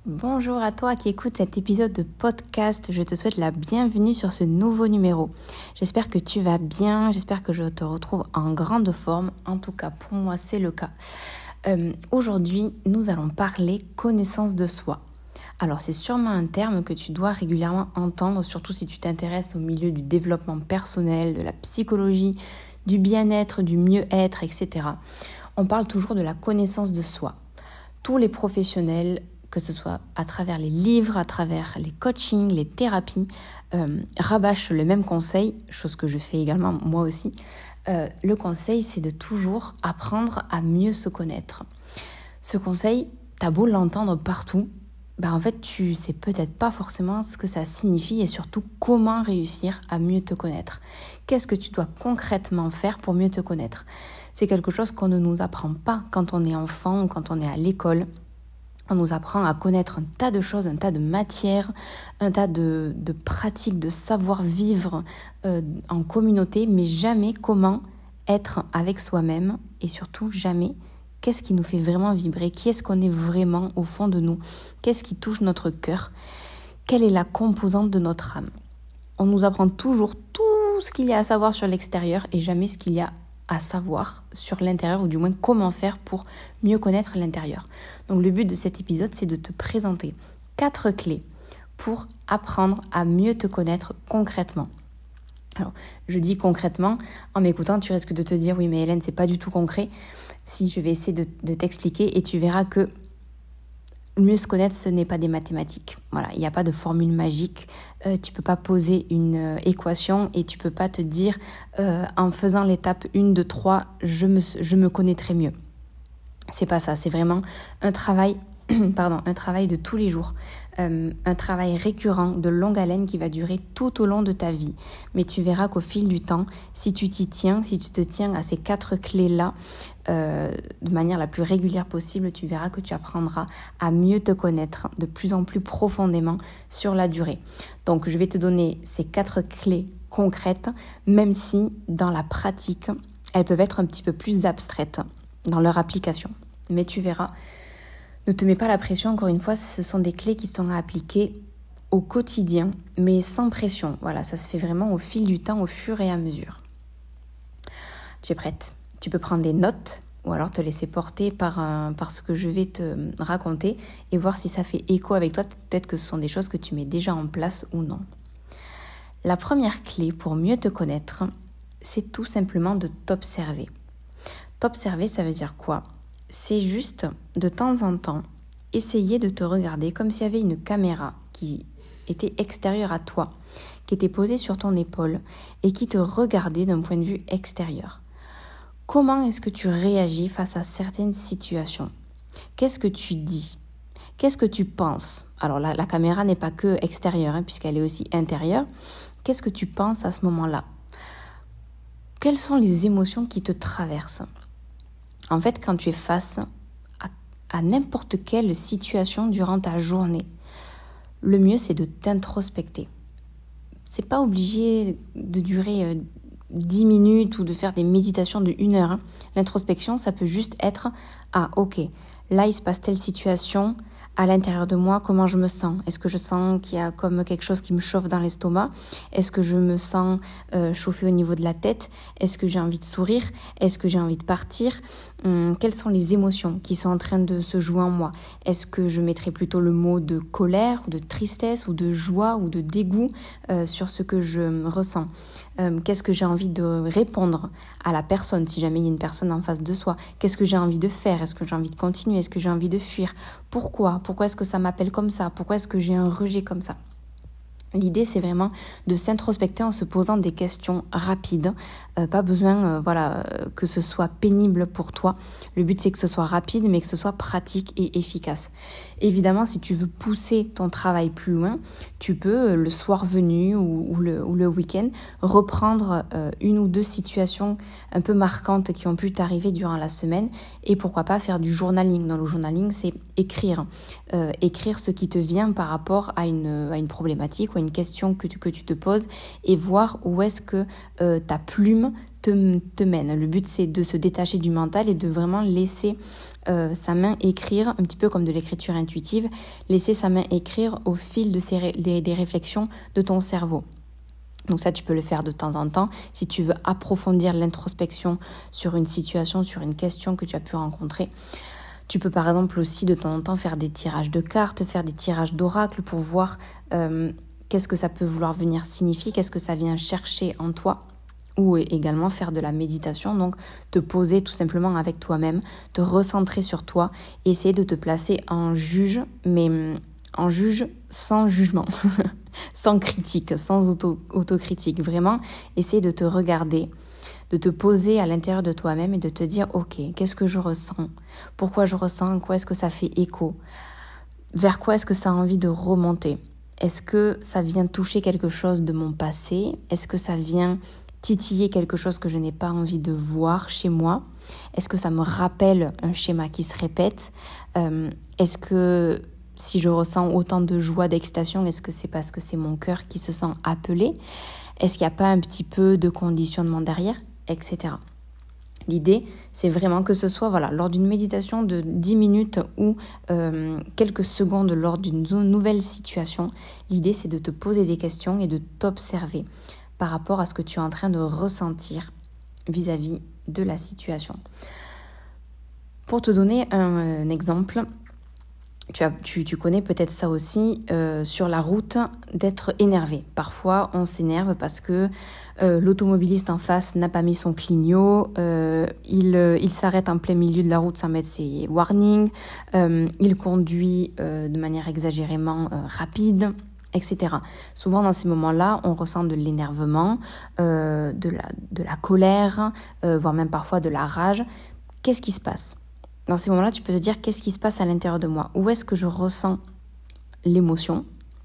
Bonjour à toi qui écoute cet épisode de podcast. Je te souhaite la bienvenue sur ce nouveau numéro. J'espère que tu vas bien, j'espère que je te retrouve en grande forme. En tout cas, pour moi, c'est le cas. Aujourd'hui, nous allons parler connaissance de soi. Alors, c'est sûrement un terme que tu dois régulièrement entendre, surtout si tu t'intéresses au milieu du développement personnel, de la psychologie, du bien-être, du mieux-être, etc. On parle toujours de la connaissance de soi. Tous les professionnels, que ce soit à travers les livres, à travers les coachings, les thérapies, rabâchent le même conseil, chose que je fais également moi aussi. Le conseil, c'est de toujours apprendre à mieux se connaître. Ce conseil, t'as beau l'entendre partout, en fait, tu sais peut-être pas forcément ce que ça signifie et surtout comment réussir à mieux te connaître. Qu'est-ce que tu dois concrètement faire pour mieux te connaître ? C'est quelque chose qu'on ne nous apprend pas quand on est enfant ou quand on est à l'école. On nous apprend à connaître un tas de choses, un tas de matières, un tas de pratiques, de savoir-vivre en communauté, mais jamais comment être avec soi-même et surtout jamais qu'est-ce qui nous fait vraiment vibrer, qui est-ce qu'on est vraiment au fond de nous, qu'est-ce qui touche notre cœur, quelle est la composante de notre âme. On nous apprend toujours tout ce qu'il y a à savoir sur l'extérieur et jamais ce qu'il y a à savoir sur l'intérieur, ou du moins comment faire pour mieux connaître l'intérieur. Donc le but de cet épisode, c'est de te présenter 4 clés pour apprendre à mieux te connaître concrètement. Alors, je dis concrètement, en m'écoutant, tu risques de te dire « Oui, mais Hélène, c'est pas du tout concret ». Si, je vais essayer de t'expliquer et tu verras que mieux se connaître, ce n'est pas des mathématiques. Voilà, il n'y a pas de formule magique. Tu peux pas poser une équation et tu peux pas te dire en faisant l'étape 1, 2, 3, je me connaîtrai mieux. C'est pas ça, c'est vraiment un travail, un travail de tous les jours, un travail récurrent de longue haleine qui va durer tout au long de ta vie. Mais tu verras qu'au fil du temps, si tu t'y tiens, si tu te tiens à ces 4 clés-là, de manière la plus régulière possible, tu verras que tu apprendras à mieux te connaître de plus en plus profondément sur la durée. Donc, je vais te donner ces 4 clés concrètes, même si dans la pratique, elles peuvent être un petit peu plus abstraites dans leur application. Mais tu verras, ne te mets pas la pression, encore une fois, ce sont des clés qui sont à appliquer au quotidien, mais sans pression. Voilà, ça se fait vraiment au fil du temps, au fur et à mesure. Tu es prête ? Tu peux prendre des notes ou alors te laisser porter par ce que je vais te raconter et voir si ça fait écho avec toi. Peut-être que ce sont des choses que tu mets déjà en place ou non. La première clé pour mieux te connaître, c'est tout simplement de t'observer. T'observer, ça veut dire quoi ? C'est juste, de temps en temps, essayer de te regarder comme s'il y avait une caméra qui était extérieure à toi, qui était posée sur ton épaule et qui te regardait d'un point de vue extérieur. Comment est-ce que tu réagis face à certaines situations ? Qu'est-ce que tu dis ? Qu'est-ce que tu penses ? Alors la caméra n'est pas que extérieure, puisqu'elle est aussi intérieure. Qu'est-ce que tu penses à ce moment-là ? Quelles sont les émotions qui te traversent ? En fait, quand tu es face à n'importe quelle situation durant ta journée, le mieux c'est de t'introspecter. C'est pas obligé de durer 10 minutes ou de faire des méditations de 1 heure. L'introspection, ça peut juste être « Ah, ok, là, il se passe telle situation, à l'intérieur de moi, comment je me sens ? Est-ce que je sens qu'il y a comme quelque chose qui me chauffe dans l'estomac ? Est-ce que je me sens chauffée au niveau de la tête ? Est-ce que j'ai envie de sourire ? Est-ce que j'ai envie de partir ? Quelles sont les émotions qui sont en train de se jouer en moi ? Est-ce que je mettrais plutôt le mot de colère, ou de tristesse, ou de joie, ou de dégoût sur ce que je ressens ? Qu'est-ce que j'ai envie de répondre à la personne si jamais il y a une personne en face de soi ? Qu'est-ce que j'ai envie de faire ? Est-ce que j'ai envie de continuer ? Est-ce que j'ai envie de fuir ? Pourquoi ? Pourquoi est-ce que ça m'appelle comme ça ? Pourquoi est-ce que j'ai un rejet comme ça ? L'idée, c'est vraiment de s'introspecter en se posant des questions rapides. Pas besoin que ce soit pénible pour toi. Le but, c'est que ce soit rapide, mais que ce soit pratique et efficace. Évidemment, si tu veux pousser ton travail plus loin, tu peux, le soir venu ou le week-end, reprendre 1 ou 2 situations un peu marquantes qui ont pu t'arriver durant la semaine et pourquoi pas faire du journaling. Dans le journaling, c'est écrire. Écrire ce qui te vient par rapport à une problématique ou à une question que tu te poses et voir où est-ce que ta plume te mène. Le but, c'est de se détacher du mental et de vraiment laisser sa main écrire, un petit peu comme de l'écriture intuitive, laisser sa main écrire au fil des réflexions de ton cerveau. Donc ça, tu peux le faire de temps en temps. Si tu veux approfondir l'introspection sur une situation, sur une question que tu as pu rencontrer, tu peux par exemple aussi de temps en temps faire des tirages de cartes, faire des tirages d'oracle pour voir qu'est-ce que ça peut vouloir venir signifier, qu'est-ce que ça vient chercher en toi. Ou également faire de la méditation, donc te poser tout simplement avec toi-même, te recentrer sur toi, et essayer de te placer en juge, mais en juge sans jugement, sans critique, sans autocritique. Vraiment, essayer de te regarder, de te poser à l'intérieur de toi-même et de te dire « Ok, qu'est-ce que je ressens ? Pourquoi je ressens ? Quoi est-ce que ça fait écho ? Vers quoi est-ce que ça a envie de remonter ? Est-ce que ça vient toucher quelque chose de mon passé ? Est-ce que ça vient titiller quelque chose que je n'ai pas envie de voir chez moi ? Est-ce que ça me rappelle un schéma qui se répète ? Est-ce que si je ressens autant de joie, d'excitation, est-ce que c'est parce que c'est mon cœur qui se sent appelé ? Est-ce qu'il n'y a pas un petit peu de conditionnement derrière ? Etc. L'idée, c'est vraiment que ce soit lors d'une méditation de 10 minutes ou quelques secondes lors d'une nouvelle situation. L'idée, c'est de te poser des questions et de t'observer par rapport à ce que tu es en train de ressentir vis-à-vis de la situation. Pour te donner un exemple, tu connais peut-être ça aussi, sur la route, d'être énervé. Parfois, on s'énerve parce que l'automobiliste en face n'a pas mis son clignot, il s'arrête en plein milieu de la route sans mettre ses warnings, il conduit de manière exagérément rapide, etc. Souvent, dans ces moments-là, on ressent de l'énervement, de la colère, voire même parfois de la rage. Qu'est-ce qui se passe ? Dans ces moments-là, tu peux te dire qu'est-ce qui se passe à l'intérieur de moi ? Où est-ce que je ressens l'émotion ?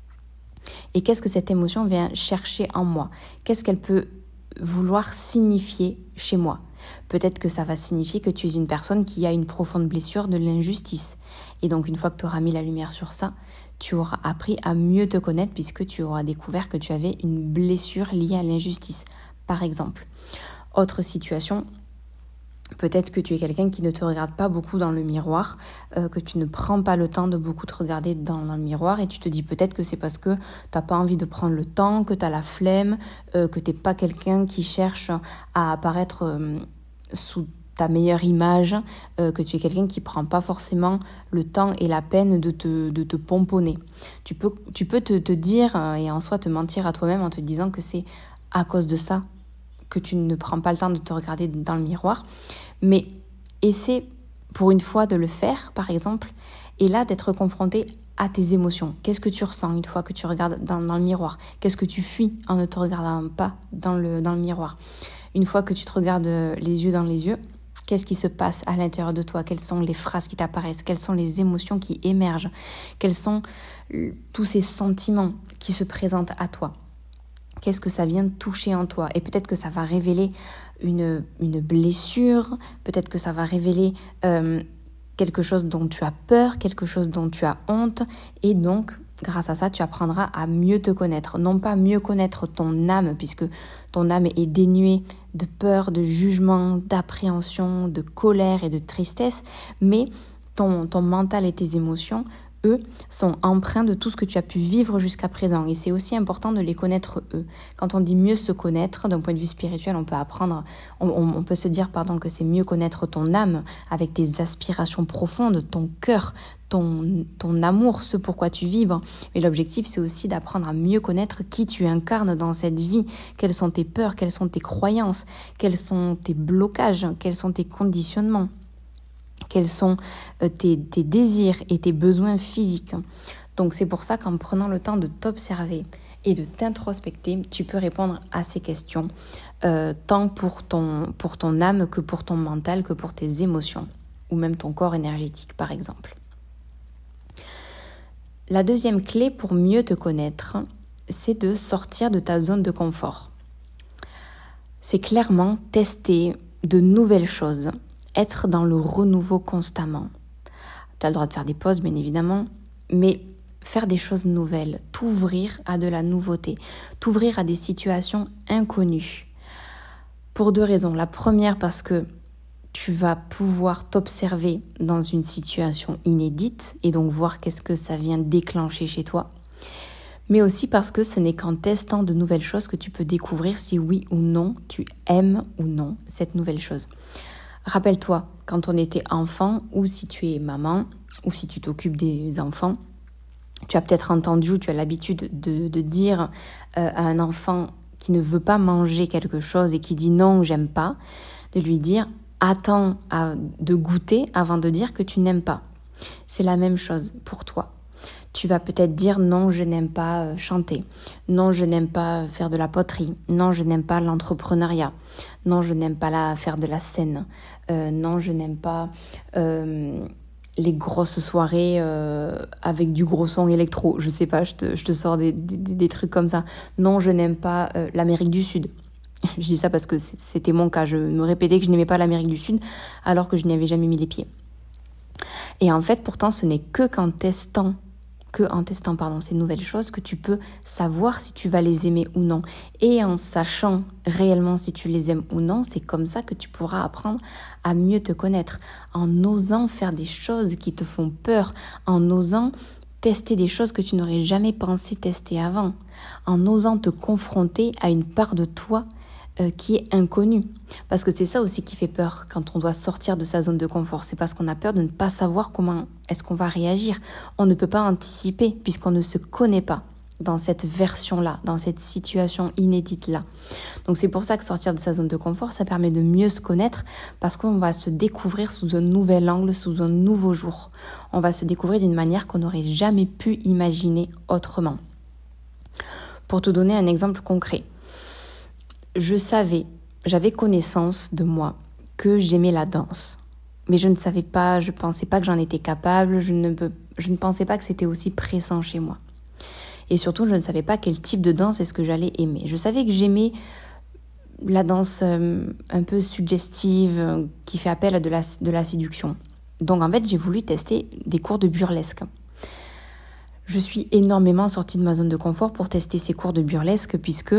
Et qu'est-ce que cette émotion vient chercher en moi ? Qu'est-ce qu'elle peut vouloir signifier chez moi ? Peut-être que ça va signifier que tu es une personne qui a une profonde blessure de l'injustice. Et donc, une fois que tu auras mis la lumière sur ça, tu auras appris à mieux te connaître puisque tu auras découvert que tu avais une blessure liée à l'injustice, par exemple. Autre situation, peut-être que tu es quelqu'un qui ne te regarde pas beaucoup dans le miroir, que tu ne prends pas le temps de beaucoup te regarder dans le miroir et tu te dis peut-être que c'est parce que tu n'as pas envie de prendre le temps, que tu as la flemme, que tu n'es pas quelqu'un qui cherche à apparaître sous ta meilleure image, que tu es quelqu'un qui ne prend pas forcément le temps et la peine de te pomponner. Tu peux te dire et en soi te mentir à toi-même en te disant que c'est à cause de ça que tu ne prends pas le temps de te regarder dans le miroir, mais essaie pour une fois de le faire, par exemple, et là d'être confronté à tes émotions. Qu'est-ce que tu ressens une fois que tu regardes dans le miroir ? Qu'est-ce que tu fuis en ne te regardant pas dans le miroir ? Une fois que tu te regardes les yeux dans les yeux, qu'est-ce qui se passe à l'intérieur de toi ? Quelles sont les phrases qui t'apparaissent ? Quelles sont les émotions qui émergent ? Quels sont tous ces sentiments qui se présentent à toi ? Qu'est-ce que ça vient toucher en toi ? Et peut-être que ça va révéler une blessure, peut-être que ça va révéler quelque chose dont tu as peur, quelque chose dont tu as honte. Et donc, grâce à ça, tu apprendras à mieux te connaître. Non pas mieux connaître ton âme, puisque ton âme est dénuée de peur, de jugement, d'appréhension, de colère et de tristesse, mais ton mental et tes émotions, eux, sont empreints de tout ce que tu as pu vivre jusqu'à présent. Et c'est aussi important de les connaître, eux. Quand on dit mieux se connaître, d'un point de vue spirituel, on peut se dire que c'est mieux connaître ton âme, avec tes aspirations profondes, ton cœur, ton amour, ce pourquoi tu vibres. Mais l'objectif, c'est aussi d'apprendre à mieux connaître qui tu incarnes dans cette vie. Quelles sont tes peurs, quelles sont tes croyances, quels sont tes blocages, quels sont tes conditionnements. Quels sont tes désirs et tes besoins physiques. Donc c'est pour ça qu'en prenant le temps de t'observer et de t'introspecter, tu peux répondre à ces questions, tant pour ton âme que pour ton mental, que pour tes émotions, ou même ton corps énergétique par exemple. La deuxième clé pour mieux te connaître, c'est de sortir de ta zone de confort. C'est clairement tester de nouvelles choses, être dans le renouveau constamment. Tu as le droit de faire des pauses, bien évidemment, mais faire des choses nouvelles, t'ouvrir à de la nouveauté, t'ouvrir à des situations inconnues. Pour 2 raisons. La première, parce que tu vas pouvoir t'observer dans une situation inédite et donc voir qu'est-ce que ça vient déclencher chez toi. Mais aussi parce que ce n'est qu'en testant de nouvelles choses que tu peux découvrir si oui ou non tu aimes ou non cette nouvelle chose. Rappelle-toi, quand on était enfant ou si tu es maman ou si tu t'occupes des enfants, tu as peut-être entendu ou tu as l'habitude de dire à un enfant qui ne veut pas manger quelque chose et qui dit non, j'aime pas, de lui dire attends de goûter avant de dire que tu n'aimes pas. C'est la même chose pour toi. Tu vas peut-être dire non, je n'aime pas chanter. Non, je n'aime pas faire de la poterie. Non, je n'aime pas l'entrepreneuriat. Non, je n'aime pas faire de la scène. Non, je n'aime pas les grosses soirées avec du gros son électro. Je sais pas, je te sors des trucs comme ça. Non, je n'aime pas l'Amérique du Sud. Je dis ça parce que c'était mon cas. Je me répétais que je n'aimais pas l'Amérique du Sud alors que je n'y avais jamais mis les pieds. Et en fait, pourtant, ce n'est qu'en testant ces nouvelles choses que tu peux savoir si tu vas les aimer ou non. Et en sachant réellement si tu les aimes ou non, c'est comme ça que tu pourras apprendre à mieux te connaître. En osant faire des choses qui te font peur, en osant tester des choses que tu n'aurais jamais pensé tester avant, en osant te confronter à une part de toi qui est inconnue. Parce que c'est ça aussi qui fait peur quand on doit sortir de sa zone de confort. C'est parce qu'on a peur de ne pas savoir comment est-ce qu'on va réagir. On ne peut pas anticiper puisqu'on ne se connaît pas dans cette version-là, dans cette situation inédite-là. Donc c'est pour ça que sortir de sa zone de confort, ça permet de mieux se connaître parce qu'on va se découvrir sous un nouvel angle, sous un nouveau jour. On va se découvrir d'une manière qu'on n'aurait jamais pu imaginer autrement. Pour te donner un exemple concret, j'avais connaissance de moi que j'aimais la danse. Mais je ne savais pas, je ne pensais pas que j'en étais capable, je ne pensais pas que c'était aussi pressant chez moi. Et surtout, je ne savais pas quel type de danse est-ce que j'allais aimer. Je savais que j'aimais la danse un peu suggestive, qui fait appel à de la séduction. Donc en fait, j'ai voulu tester des cours de burlesque. Je suis énormément sortie de ma zone de confort pour tester ces cours de burlesque puisque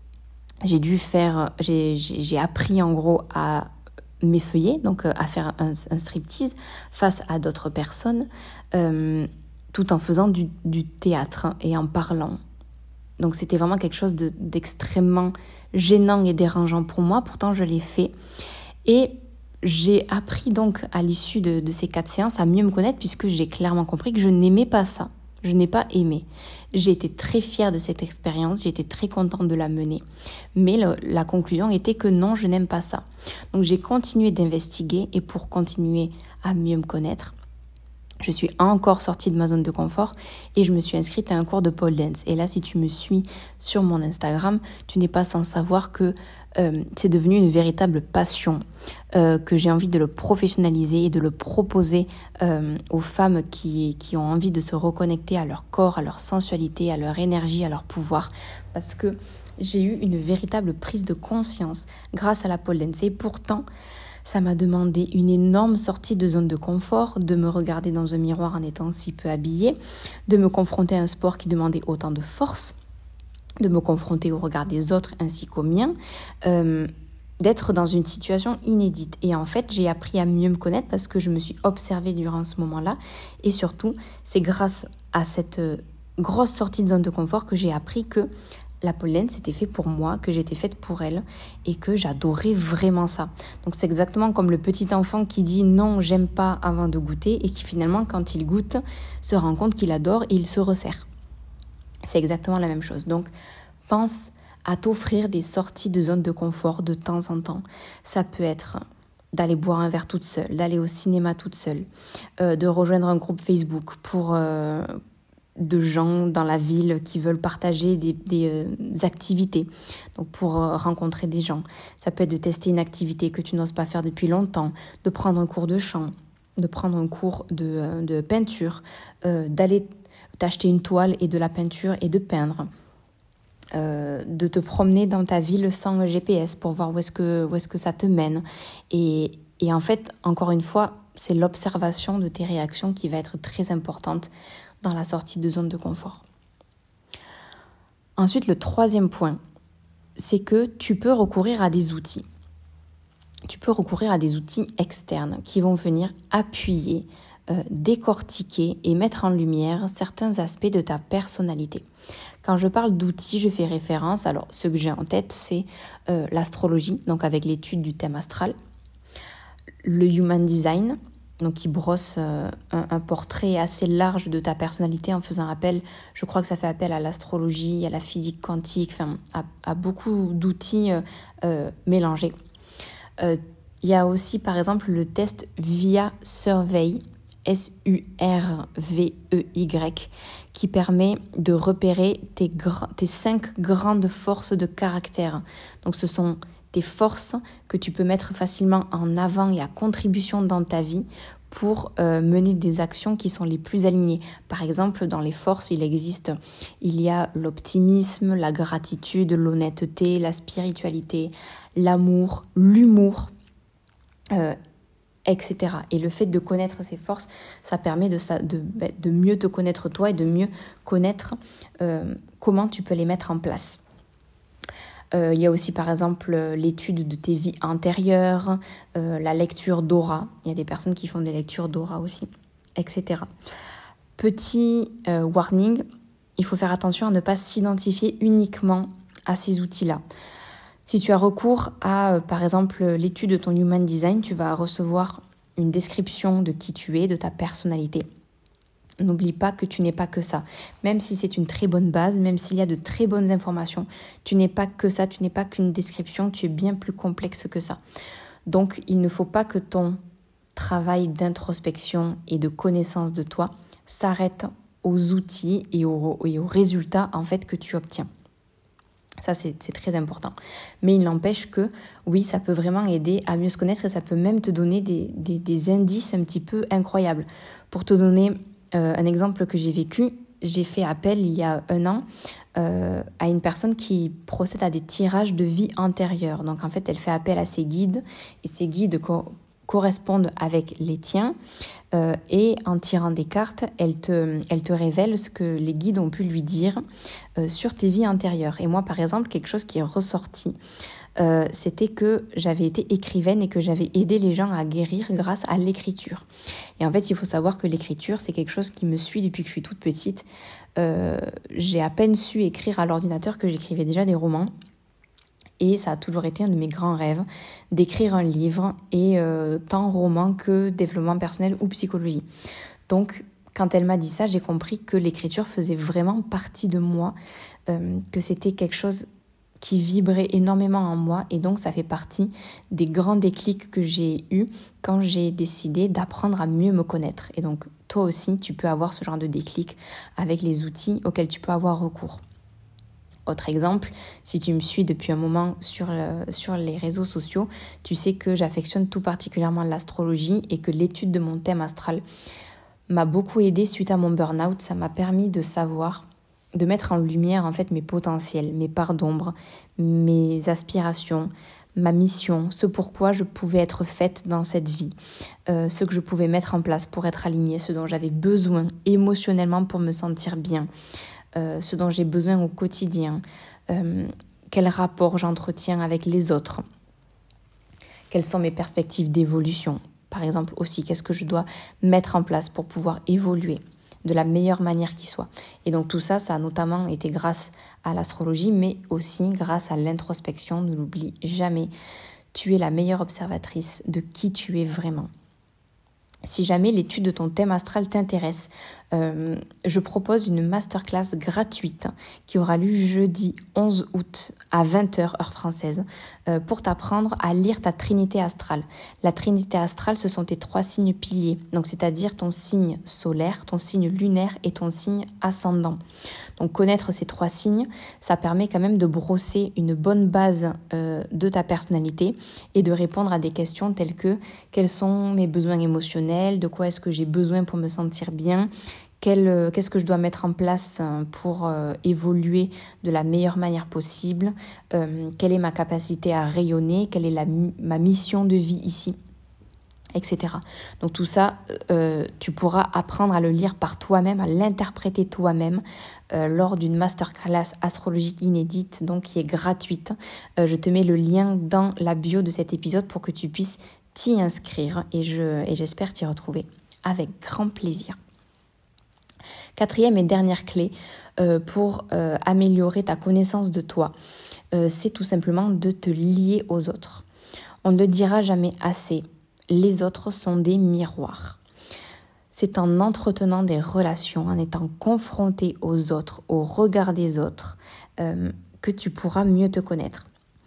j'ai appris en gros à m'effeuiller, donc à faire un striptease face à d'autres personnes, tout en faisant du théâtre et en parlant. Donc c'était vraiment quelque chose d'extrêmement gênant et dérangeant pour moi, pourtant je l'ai fait. Et j'ai appris donc à l'issue de ces 4 séances à mieux me connaître puisque j'ai clairement compris que je n'aimais pas ça. Je n'ai pas aimé. J'ai été très fière de cette expérience, j'ai été très contente de la mener. Mais la conclusion était que non, je n'aime pas ça. Donc j'ai continué d'investiguer et pour continuer à mieux me connaître, je suis encore sortie de ma zone de confort et je me suis inscrite à un cours de pole dance. Et là, si tu me suis sur mon Instagram, tu n'es pas sans savoir que c'est devenu une véritable passion, que j'ai envie de le professionnaliser et de le proposer aux femmes qui ont envie de se reconnecter à leur corps, à leur sensualité, à leur énergie, à leur pouvoir. Parce que j'ai eu une véritable prise de conscience grâce à la pole dance. Et pourtant, ça m'a demandé une énorme sortie de zone de confort, de me regarder dans un miroir en étant si peu habillée, de me confronter à un sport qui demandait autant de force, de me confronter au regard des autres ainsi qu'au mien, d'être dans une situation inédite. Et en fait, j'ai appris à mieux me connaître parce que je me suis observée durant ce moment-là. Et surtout, c'est grâce à cette grosse sortie de zone de confort que j'ai appris que la pole dance, c'était fait pour moi, que j'étais faite pour elle et que j'adorais vraiment ça. Donc c'est exactement comme le petit enfant qui dit non, j'aime pas avant de goûter et qui finalement, quand il goûte, se rend compte qu'il adore et il se resserre. C'est exactement la même chose. Donc pense à t'offrir des sorties de zone de confort de temps en temps. Ça peut être d'aller boire un verre toute seule, d'aller au cinéma toute seule, de rejoindre un groupe Facebook de gens dans la ville qui veulent partager des activités, donc pour rencontrer des gens. Ça peut être de tester une activité que tu n'oses pas faire depuis longtemps, de prendre un cours de chant, de prendre un cours de peinture, d'aller t'acheter une toile et de la peinture et de peindre, de te promener dans ta ville sans GPS pour voir où est-ce que ça te mène. Et en fait, encore une fois, c'est l'observation de tes réactions qui va être très importante dans la sortie de zone de confort. Ensuite, le troisième point, c'est que tu peux recourir à des outils. Tu peux recourir à des outils externes qui vont venir appuyer, décortiquer et mettre en lumière certains aspects de ta personnalité. Quand je parle d'outils, je fais référence, alors ce que j'ai en tête, c'est l'astrologie, donc avec l'étude du thème astral, le human design, donc qui brosse un portrait assez large de ta personnalité en faisant appel, je crois que ça fait appel à l'astrologie, à la physique quantique, enfin à beaucoup d'outils mélangés. Il y a aussi par exemple le test VIA Survey, SURVEY, qui permet de repérer tes 5 grandes forces de caractère. Donc ce sont tes forces que tu peux mettre facilement en avant et à contribution dans ta vie pour mener des actions qui sont les plus alignées. Par exemple, dans les forces, il y a l'optimisme, la gratitude, l'honnêteté, la spiritualité, l'amour, l'humour, etc. Et le fait de connaître ces forces, ça permet de mieux te connaître toi et de mieux connaître comment tu peux les mettre en place. Il y a aussi par exemple l'étude de tes vies antérieures, la lecture d'aura. Il y a des personnes qui font des lectures d'aura aussi, etc. Petit warning, il faut faire attention à ne pas s'identifier uniquement à ces outils-là. Si tu as recours à, par exemple, l'étude de ton Human Design, tu vas recevoir une description de qui tu es, de ta personnalité. N'oublie pas que tu n'es pas que ça. Même si c'est une très bonne base, même s'il y a de très bonnes informations, tu n'es pas que ça, tu n'es pas qu'une description, tu es bien plus complexe que ça. Donc, il ne faut pas que ton travail d'introspection et de connaissance de toi s'arrête aux outils et aux résultats en fait que tu obtiens. Ça, c'est très important. Mais il n'empêche que, oui, ça peut vraiment aider à mieux se connaître et ça peut même te donner des indices un petit peu incroyables. Pour te donner un exemple que j'ai vécu, j'ai fait appel il y a 1 an à une personne qui procède à des tirages de vie antérieure. Donc en fait, elle fait appel à ses guides et ses guides correspondent avec les tiens. Et en tirant des cartes, elle te révèle ce que les guides ont pu lui dire sur tes vies antérieures. Et moi, par exemple, quelque chose qui est ressorti, c'était que j'avais été écrivaine et que j'avais aidé les gens à guérir grâce à l'écriture. Et en fait, il faut savoir que l'écriture, c'est quelque chose qui me suit depuis que je suis toute petite. J'ai à peine su écrire à l'ordinateur que j'écrivais déjà des romans. Et ça a toujours été un de mes grands rêves, d'écrire un livre, et tant roman que développement personnel ou psychologie. Donc, quand elle m'a dit ça, j'ai compris que l'écriture faisait vraiment partie de moi, que c'était quelque chose qui vibrait énormément en moi, et donc ça fait partie des grands déclics que j'ai eus quand j'ai décidé d'apprendre à mieux me connaître. Et donc, toi aussi, tu peux avoir ce genre de déclic avec les outils auxquels tu peux avoir recours. Autre exemple, si tu me suis depuis un moment sur les réseaux sociaux, tu sais que j'affectionne tout particulièrement l'astrologie et que l'étude de mon thème astral m'a beaucoup aidée suite à mon burn-out. Ça m'a permis de savoir, de mettre en lumière en fait mes potentiels, mes parts d'ombre, mes aspirations, ma mission, ce pourquoi je pouvais être faite dans cette vie, ce que je pouvais mettre en place pour être alignée, ce dont j'avais besoin émotionnellement pour me sentir bien. Ce dont j'ai besoin au quotidien, quel rapport j'entretiens avec les autres, quelles sont mes perspectives d'évolution, par exemple aussi, qu'est-ce que je dois mettre en place pour pouvoir évoluer de la meilleure manière qui soit. Et donc tout ça, ça a notamment été grâce à l'astrologie, mais aussi grâce à l'introspection. Ne l'oublie jamais, tu es la meilleure observatrice de qui tu es vraiment. Si jamais l'étude de ton thème astral t'intéresse, je propose une masterclass gratuite qui aura lieu jeudi 11 août à 20h heure française pour t'apprendre à lire ta trinité astrale. La trinité astrale, ce sont tes 3 signes piliers, donc c'est-à-dire ton signe solaire, ton signe lunaire et ton signe ascendant. Donc connaître ces 3 signes, ça permet quand même de brosser une bonne base de ta personnalité et de répondre à des questions telles que quels sont mes besoins émotionnels, de quoi est-ce que j'ai besoin pour me sentir bien, qu'est-ce que je dois mettre en place pour évoluer de la meilleure manière possible, quelle est ma capacité à rayonner, quelle est ma mission de vie ici. etc. Donc tout ça, tu pourras apprendre à le lire par toi-même, à l'interpréter toi-même lors d'une masterclass astrologique inédite, donc qui est gratuite. Je te mets le lien dans la bio de cet épisode pour que tu puisses t'y inscrire et j'espère t'y retrouver avec grand plaisir. Quatrième et dernière clé pour améliorer ta connaissance de toi, c'est tout simplement de te lier aux autres. On ne le dira jamais assez. Les autres sont des miroirs. C'est en entretenant des relations, en étant confronté aux autres, au regard des autres, que tu pourras mieux te connaître.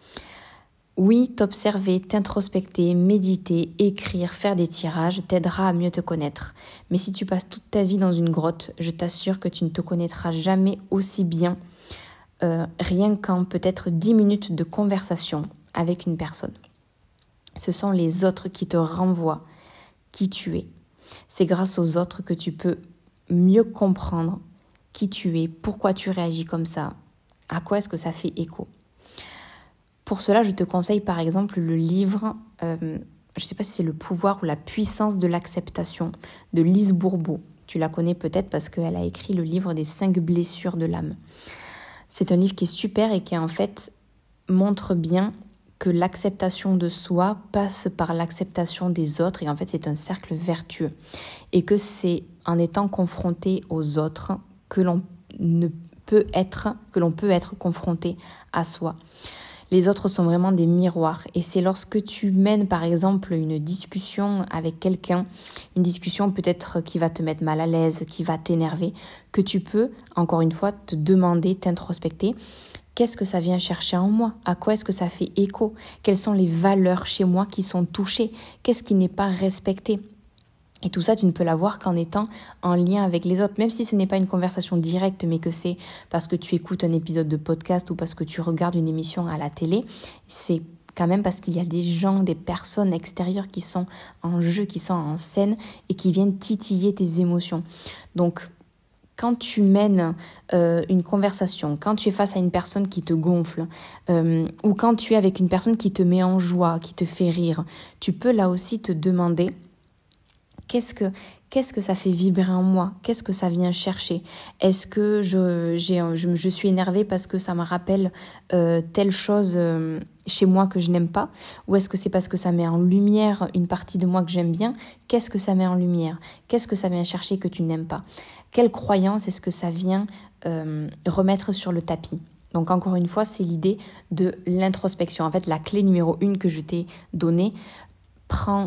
Oui, t'observer, t'introspecter, méditer, écrire, faire des tirages t'aidera à mieux te connaître. Mais si tu passes toute ta vie dans une grotte, je t'assure que tu ne te connaîtras jamais aussi bien, rien qu'en peut-être 10 minutes de conversation avec une personne. Ce sont les autres qui te renvoient qui tu es. C'est grâce aux autres que tu peux mieux comprendre qui tu es, pourquoi tu réagis comme ça, à quoi est-ce que ça fait écho. Pour cela, je te conseille par exemple le livre, je ne sais pas si c'est Le pouvoir ou la puissance de l'acceptation de Lise Bourbeau. Tu la connais peut-être parce qu'elle a écrit le livre des 5 blessures de l'âme. C'est un livre qui est super et qui en fait montre bien que l'acceptation de soi passe par l'acceptation des autres et en fait c'est un cercle vertueux et que c'est en étant confronté aux autres que l'on peut être confronté à soi. Les autres sont vraiment des miroirs et c'est lorsque tu mènes par exemple une discussion avec quelqu'un, une discussion peut-être qui va te mettre mal à l'aise, qui va t'énerver, que tu peux encore une fois te demander, t'introspecter. Qu'est-ce que ça vient chercher en moi? À quoi est-ce que ça fait écho? Quelles sont les valeurs chez moi qui sont touchées? Qu'est-ce qui n'est pas respecté? Et tout ça, tu ne peux l'avoir qu'en étant en lien avec les autres, même si ce n'est pas une conversation directe, mais que c'est parce que tu écoutes un épisode de podcast ou parce que tu regardes une émission à la télé, c'est quand même parce qu'il y a des gens, des personnes extérieures qui sont en jeu, qui sont en scène et qui viennent titiller tes émotions. Donc, quand tu mènes une conversation, quand tu es face à une personne qui te gonfle, ou quand tu es avec une personne qui te met en joie, qui te fait rire, tu peux là aussi te demander qu'est-ce que ça fait vibrer en moi? Qu'est-ce que ça vient chercher? Est-ce que je suis énervée parce que ça me rappelle telle chose chez moi que je n'aime pas? Ou est-ce que c'est parce que ça met en lumière une partie de moi que j'aime bien? Qu'est-ce que ça met en lumière? Qu'est-ce que ça vient chercher que tu n'aimes pas? Quelle croyance est-ce que ça vient remettre sur le tapis? Donc encore une fois, c'est l'idée de l'introspection. En fait, la clé numéro 1 que je t'ai donnée prend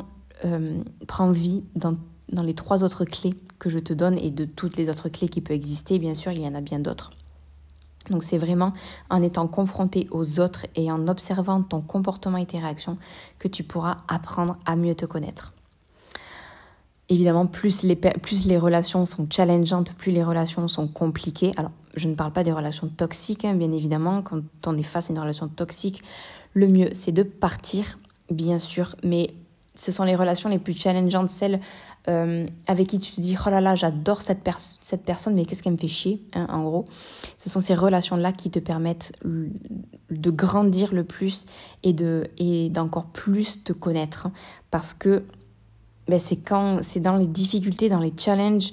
vie dans les 3 autres clés que je te donne et de toutes les autres clés qui peuvent exister. Bien sûr, il y en a bien d'autres. Donc c'est vraiment en étant confronté aux autres et en observant ton comportement et tes réactions que tu pourras apprendre à mieux te connaître. Évidemment, plus les relations sont challengeantes, plus les relations sont compliquées. Alors, je ne parle pas des relations toxiques, bien évidemment. Quand on est face à une relation toxique, le mieux, c'est de partir, bien sûr. Mais ce sont les relations les plus challengeantes, celles avec qui tu te dis « Oh là là, j'adore cette personne, mais qu'est-ce qu'elle me fait chier ?» en gros. Ce sont ces relations-là qui te permettent de grandir le plus et d'encore plus te connaître. Parce que c'est dans les difficultés, dans les challenges,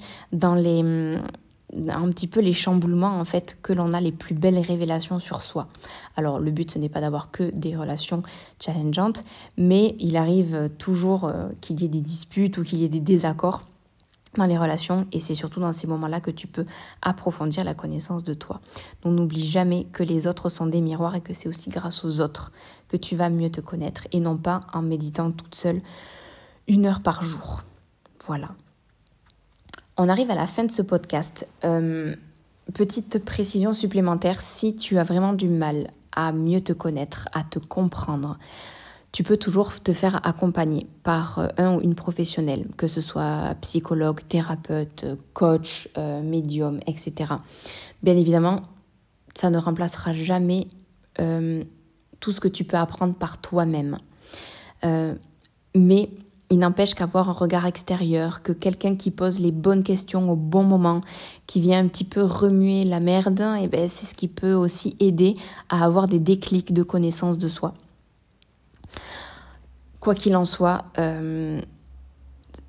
un petit peu les chamboulements en fait que l'on a les plus belles révélations sur soi. Alors le but ce n'est pas d'avoir que des relations challengeantes, mais il arrive toujours qu'il y ait des disputes ou qu'il y ait des désaccords dans les relations et c'est surtout dans ces moments-là que tu peux approfondir la connaissance de toi. Donc n'oublie jamais que les autres sont des miroirs et que c'est aussi grâce aux autres que tu vas mieux te connaître et non pas en méditant toute seule 1 heure par jour. Voilà. On arrive à la fin de ce podcast. Petite précision supplémentaire, si tu as vraiment du mal à mieux te connaître, à te comprendre, tu peux toujours te faire accompagner par un ou une professionnelle, que ce soit psychologue, thérapeute, coach, médium, etc. Bien évidemment, ça ne remplacera jamais tout ce que tu peux apprendre par toi-même. Mais il n'empêche qu'avoir un regard extérieur, que quelqu'un qui pose les bonnes questions au bon moment, qui vient un petit peu remuer la merde, c'est ce qui peut aussi aider à avoir des déclics de connaissance de soi. Quoi qu'il en soit,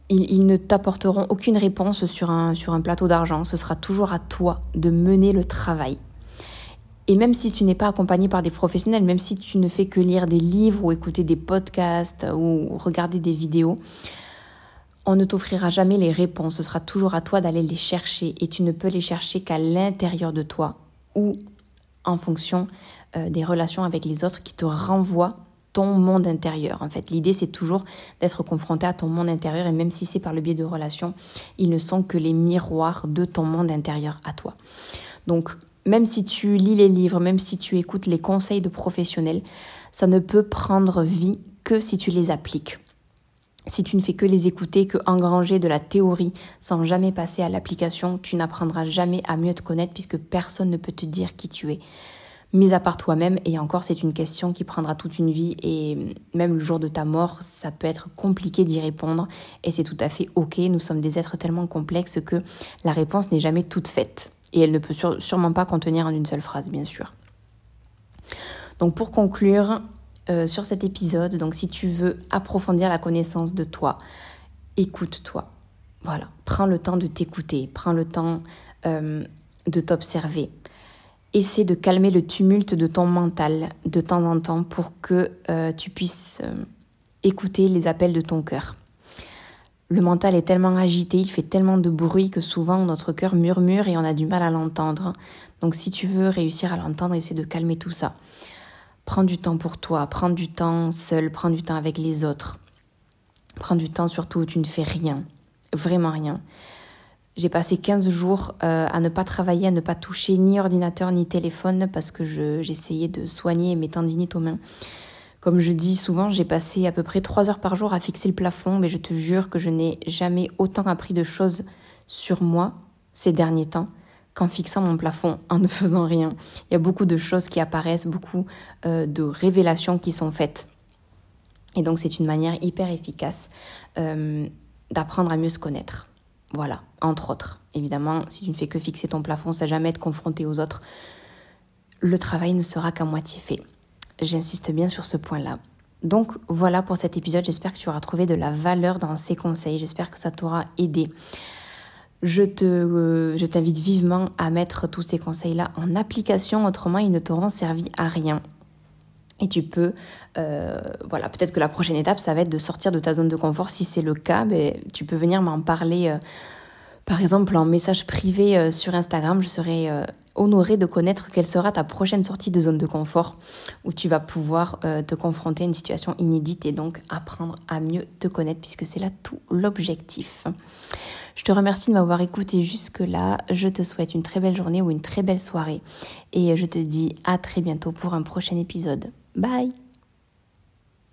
Ils ne t'apporteront aucune réponse sur un plateau d'argent. Ce sera toujours à toi de mener le travail. Et même si tu n'es pas accompagné par des professionnels, même si tu ne fais que lire des livres ou écouter des podcasts ou regarder des vidéos, on ne t'offrira jamais les réponses. Ce sera toujours à toi d'aller les chercher. Et tu ne peux les chercher qu'à l'intérieur de toi ou en fonction des relations avec les autres qui te renvoient ton monde intérieur. En fait, l'idée, c'est toujours d'être confronté à ton monde intérieur et même si c'est par le biais de relations, ils ne sont que les miroirs de ton monde intérieur à toi. Donc, même si tu lis les livres, même si tu écoutes les conseils de professionnels, ça ne peut prendre vie que si tu les appliques. Si tu ne fais que les écouter, que engranger de la théorie sans jamais passer à l'application, tu n'apprendras jamais à mieux te connaître puisque personne ne peut te dire qui tu es. Mis à part toi-même, et encore c'est une question qui prendra toute une vie et même le jour de ta mort, ça peut être compliqué d'y répondre et c'est tout à fait ok, nous sommes des êtres tellement complexes que la réponse n'est jamais toute faite et elle ne peut sûrement pas contenir en une seule phrase bien sûr. Donc pour conclure sur cet épisode, donc si tu veux approfondir la connaissance de toi, écoute-toi, voilà, prends le temps de t'écouter, prends le temps de t'observer. Essaie de calmer le tumulte de ton mental de temps en temps pour que tu puisses écouter les appels de ton cœur. Le mental est tellement agité, il fait tellement de bruit que souvent notre cœur murmure et on a du mal à l'entendre. Donc si tu veux réussir à l'entendre, essaie de calmer tout ça. Prends du temps pour toi, prends du temps seul, prends du temps avec les autres. Prends du temps surtout où tu ne fais rien, vraiment rien. J'ai passé 15 jours à ne pas travailler, à ne pas toucher ni ordinateur ni téléphone parce que j'essayais de soigner mes tendinites aux mains. Comme je dis souvent, j'ai passé à peu près 3 heures par jour à fixer le plafond, mais je te jure que je n'ai jamais autant appris de choses sur moi ces derniers temps qu'en fixant mon plafond, en ne faisant rien. Il y a beaucoup de choses qui apparaissent, beaucoup de révélations qui sont faites. Et donc c'est une manière hyper efficace d'apprendre à mieux se connaître. Voilà, entre autres. Évidemment, si tu ne fais que fixer ton plafond sans jamais être confronté aux autres, le travail ne sera qu'à moitié fait. J'insiste bien sur ce point-là. Donc voilà pour cet épisode, j'espère que tu auras trouvé de la valeur dans ces conseils, j'espère que ça t'aura aidé. Je t'invite vivement à mettre tous ces conseils-là en application, autrement ils ne t'auront servi à rien. Et tu peux, peut-être que la prochaine étape, ça va être de sortir de ta zone de confort. Si c'est le cas, tu peux venir m'en parler, par exemple, en message privé sur Instagram. Je serai honorée de connaître quelle sera ta prochaine sortie de zone de confort où tu vas pouvoir te confronter à une situation inédite et donc apprendre à mieux te connaître puisque c'est là tout l'objectif. Je te remercie de m'avoir écouté jusque-là. Je te souhaite une très belle journée ou une très belle soirée. Et je te dis à très bientôt pour un prochain épisode. Bye!